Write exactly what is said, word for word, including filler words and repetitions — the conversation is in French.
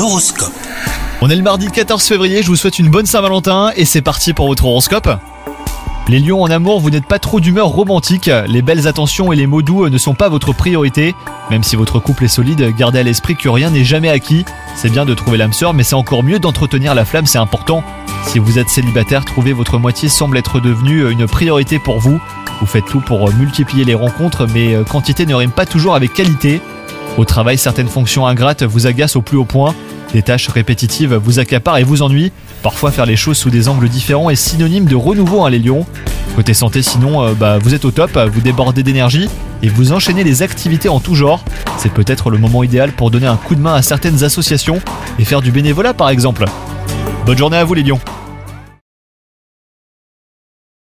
L'horoscope. On est le mardi quatorze février, je vous souhaite une bonne Saint-Valentin et c'est parti pour votre horoscope. Les lions en amour, vous n'êtes pas trop d'humeur romantique, les belles attentions et les mots doux ne sont pas votre priorité. Même si votre couple est solide, gardez à l'esprit que rien n'est jamais acquis. C'est bien de trouver l'âme sœur, mais c'est encore mieux d'entretenir la flamme, c'est important. Si vous êtes célibataire, trouver votre moitié semble être devenu une priorité pour vous. Vous faites tout pour multiplier les rencontres, mais quantité ne rime pas toujours avec qualité. Au travail, certaines fonctions ingrates vous agacent au plus haut point. Des tâches répétitives vous accaparent et vous ennuient. Parfois, faire les choses sous des angles différents est synonyme de renouveau, hein, les lions. Côté santé, sinon, euh, bah, vous êtes au top, vous débordez d'énergie et vous enchaînez les activités en tout genre. C'est peut-être le moment idéal pour donner un coup de main à certaines associations et faire du bénévolat, par exemple. Bonne journée à vous, les lions.